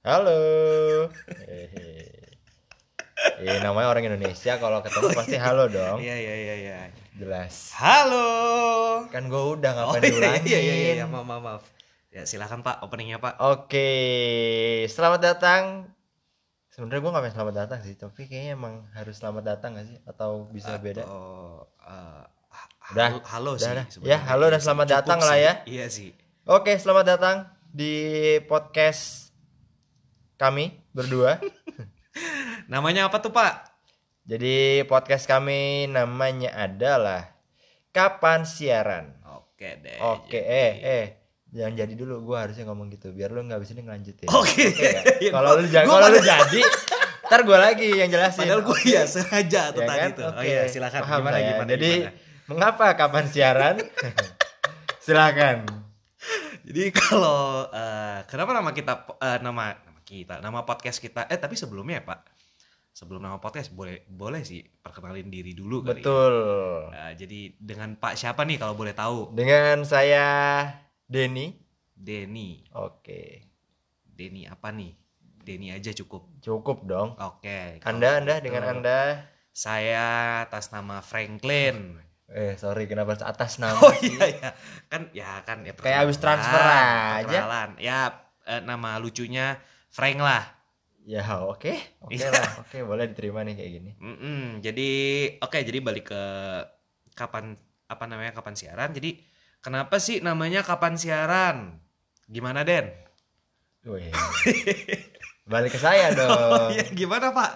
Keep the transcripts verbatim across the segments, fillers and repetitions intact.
Halo. Hehe. Eh, namanya orang Indonesia kalau ketemu pasti halo dong. Iya iya iya iya. Jelas. Halo. Kan gue udah Oh ngapain iya diulangin. iya iya iya, iya. maaf maaf maaf. Ya silakan Pak openingnya Pak. Oke, selamat datang. Sebenarnya gue nggak pengen selamat datang sih, tapi kayaknya emang harus selamat datang nggak sih? Atau bisa beda? Atau uh, ha- Udah, halo, halo udah, sih udah. sebenarnya. Ya, halo Iya dan sih, selamat cukup datang sih. lah ya. Iya sih. Oke, selamat datang di podcast kami berdua. Namanya apa tuh Pak? Jadi podcast kami namanya adalah Kapan Siaran. Oke deh. Oke, jadi- eh, eh, jangan jadi dulu. Gue harusnya ngomong gitu, biar lu nggak bisa nih ngelanjutin. Oke. nggak? Iya, Kalau gua- lu jadi, gua kalau lu pada- jadi, ntar gue lagi yang jelasin. Padahal gue Oke. ya sengaja tuh Ya tadi kan? tuh. Oh Oke. iya silakan. Paham Gimana saya. gimana Jadi gimana? mengapa Kapan Siaran? Silakan. Jadi kalau eh, kenapa nama kita eh, nama nama kita nama podcast kita eh tapi sebelumnya ya Pak, sebelum nama podcast boleh boleh sih perkenalin diri dulu kali. Betul. Ya. Eh, jadi dengan Pak siapa nih kalau boleh tahu? Dengan saya Denny. Denny. Oke. Denny apa nih? Denny aja cukup. Cukup dong. Oke. Anda, kalau Anda gitu, dengan Anda. Saya atas nama Franklin. Eh, sorry kenapa harus atas nama Oh sih? iya ya. Kan ya kan ya Kayak habis transfer perkenalan, aja. perkenalan. Ya eh, nama lucunya Frank lah. Ya oke, oke Iya. lah, oke boleh diterima nih kayak gini. Mm-mm, jadi oke jadi balik ke kapan apa namanya kapan siaran. Jadi kenapa sih namanya kapan siaran? Gimana Den? Wih, balik ke saya dong. Oh iya gimana Pak?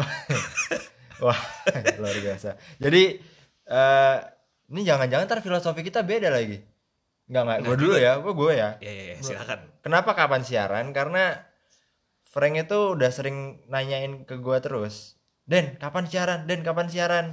Wah, luar biasa. Jadi eh ini jangan-jangan ntar filosofi kita beda lagi. Enggak enggak, gue dulu ya, gue gue ya. Ya ya, ya silakan. Kenapa kapan siaran? Karena Frank itu udah sering nanyain ke gue terus. Den, kapan siaran? Den, kapan siaran?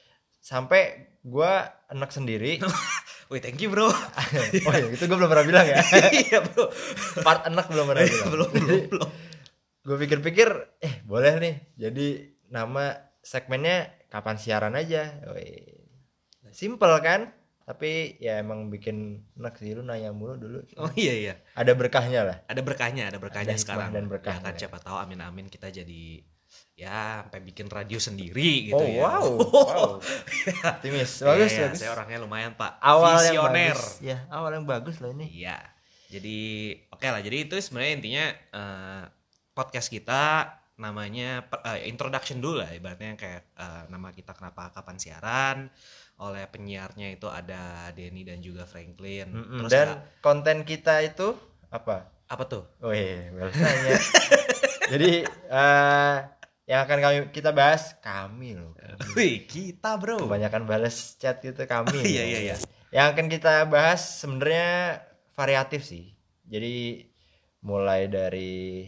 Sampai gue enek sendiri. Wih thank you bro. Oh iya, itu gue belum pernah bilang ya. Iya bro. Part enek belum pernah bilang. belum belum belum. Gue pikir-pikir, eh boleh nih. Jadi nama segmennya kapan siaran aja. Wih. Simple kan? Tapi ya emang bikin enak sih, lu nanya mulu dulu. Oh iya iya. Ada berkahnya lah. Ada berkahnya ada berkahnya Ada hikmah sekarang. dan berkah. Ya kan siapa tahu amin amin kita jadi ya sampai bikin radio sendiri gitu Oh ya. wow, wow. Optimis, bagus Iya, iya, bagus. saya orangnya lumayan Pak. Awal yang Visioner. bagus. Ya, awal yang bagus loh ini. Iya. Jadi oke lah. Jadi itu sebenarnya intinya eh, podcast kita namanya per- eh, introduction dulu lah ibaratnya kayak eh, nama kita kenapa kapan siaran oleh penyiarnya itu ada Denny dan juga Franklin. Mm-mm. Terus Dan ya, konten kita itu apa? apa tuh? Wih, bahasanya. Jadi eh yang akan kami kita bahas kami loh. Wih, kita bro. Kebanyakan balas chat gitu kami. Iya, loh. iya, iya. Yang akan kita bahas sebenarnya variatif sih. Jadi mulai dari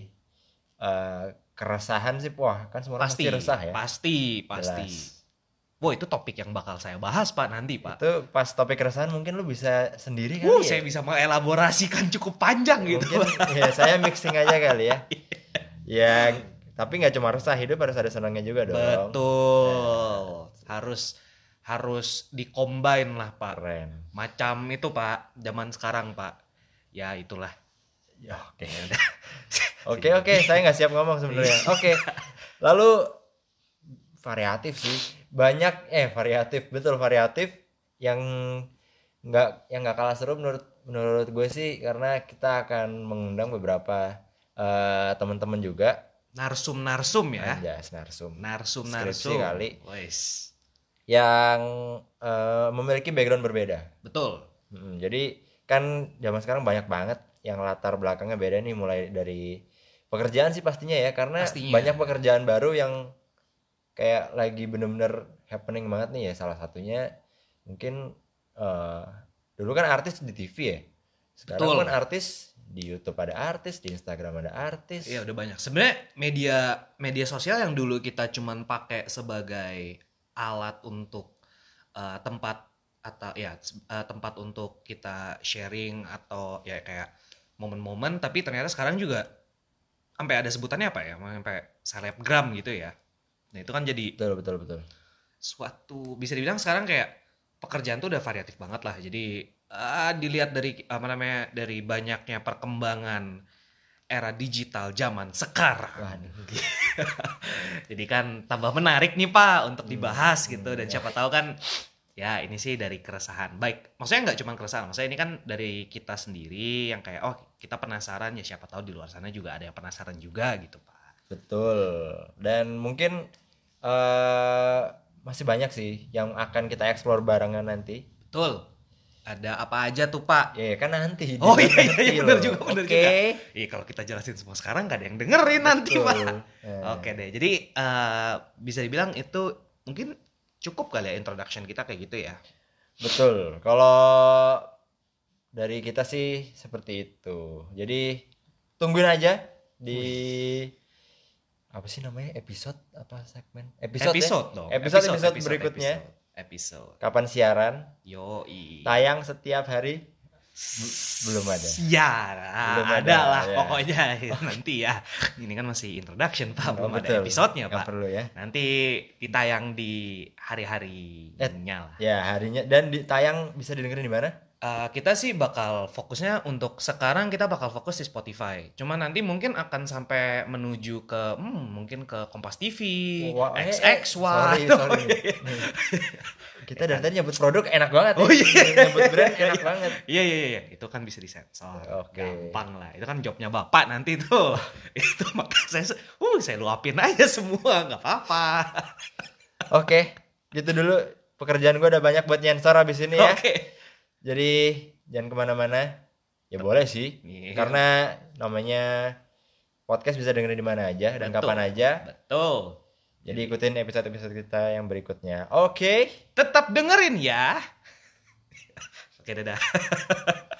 eh, keresahan sih, wah kan semua orang Pasti, pasti resah ya. pasti, pasti. Jelas. Wah itu topik yang bakal saya bahas Pak nanti Pak. Itu pas topik keresahan mungkin lu bisa sendiri kan? Uh, saya bisa mengelaborasikan cukup panjang gitu. Mungkin ya saya mixing aja kali ya. Ya, tapi nggak cuma resah, hidup harus ada senangnya juga dong. Betul. Harus harus dicombine lah Pak. Keren. Macam itu Pak, zaman sekarang Pak. Ya itulah. Ya, oke. Oke, oke, saya nggak siap ngomong sebenarnya. Oke. Lalu variatif sih. Banyak eh variatif, betul variatif yang nggak yang nggak kalah seru menurut menurut gue sih karena kita akan mengundang beberapa eh, teman-teman juga. Narsum-narsum ya. Anjas, narsum. Narsum-narsum. Skripsi kali. Wes. Yang eh, memiliki background berbeda. Betul. Hmm, jadi kan zaman sekarang banyak banget yang latar belakangnya beda nih, mulai dari pekerjaan sih pastinya ya, karena Pastinya. banyak pekerjaan baru yang kayak lagi bener-bener happening banget nih ya. Salah satunya mungkin eh, dulu kan artis di T V ya, sekarang Betul. kan artis di YouTube ada artis, di Instagram ada artis. Iya udah banyak. Sebenarnya media media sosial yang dulu kita cuman pakai sebagai alat untuk uh, tempat atau ya uh, tempat untuk kita sharing atau ya kayak momen-momen, tapi ternyata sekarang juga sampai ada sebutannya apa ya, sampai selebgram gitu ya. Nah itu kan jadi Betul betul betul. suatu bisa dibilang sekarang kayak pekerjaan tuh udah variatif banget lah. Jadi uh, dilihat dari apa namanya dari banyaknya perkembangan era digital zaman sekarang. Waduh. Jadi kan tambah menarik nih Pak untuk dibahas Hmm, gitu, dan hmm, siapa tahu kan ya ini sih dari keresahan. Baik, maksudnya nggak cuma keresahan, maksudnya ini kan dari kita sendiri yang kayak oh kita penasaran, ya siapa tahu di luar sana juga ada yang penasaran juga gitu Pak. Betul. Dan mungkin eh masih banyak sih yang akan kita explore barengan nanti. Betul. Ada apa aja tuh Pak? Ya kan nanti. Oh di- iya, iya, nanti iya bener loh. juga, bener Oke. juga. Iya kalau kita jelasin semua sekarang gak ada yang dengerin nanti Betul. Pak. Nah, Oke deh, jadi eh, bisa dibilang itu mungkin cukup kali ya introduction kita kayak gitu ya. betul. Kalau dari kita sih seperti itu. Jadi tungguin aja di apa sih namanya, episode apa segmen episode, Episode ya? dong. episode episode, berikutnya. Episode. episode. Kapan siaran? Yoi. Tayang setiap hari? B- belum ada. Ya, Belum ada, ada, lah ya. pokoknya nanti ya. Ini kan masih introduction Pak, belum Oh, ada betul. episodenya Nggak Pak. perlu ya. Nanti ditayang di hari-harinya lah. Ya harinya, dan di, tayang bisa didengerin di mana? Uh, kita sih bakal fokusnya untuk sekarang kita bakal fokus di Spotify. Cuma nanti mungkin akan sampai menuju ke hmm, mungkin ke Kompas T V, Wah, eh, X eh, X Y. sorry, sorry. Nih, kita dari tadi nyebut produk enak banget. Oh, ya. iya. Nyebut brand enak banget. Iya iya iya, itu kan bisa disensor. Oke. Gampang lah. Itu kan jobnya Bapak nanti tuh. Itu makanya saya uh saya luapin aja semua, nggak apa-apa. Oke, gitu dulu. Pekerjaan gue udah banyak buat nyensor abis ini ya. Oke. Jadi jangan kemana-mana. Ya boleh sih, Iya. karena namanya podcast bisa dengerin di mana aja dan Betul. kapan aja. Betul. Jadi ikutin episode-episode kita yang berikutnya. Oke. Tetap dengerin ya. Oke, dadah.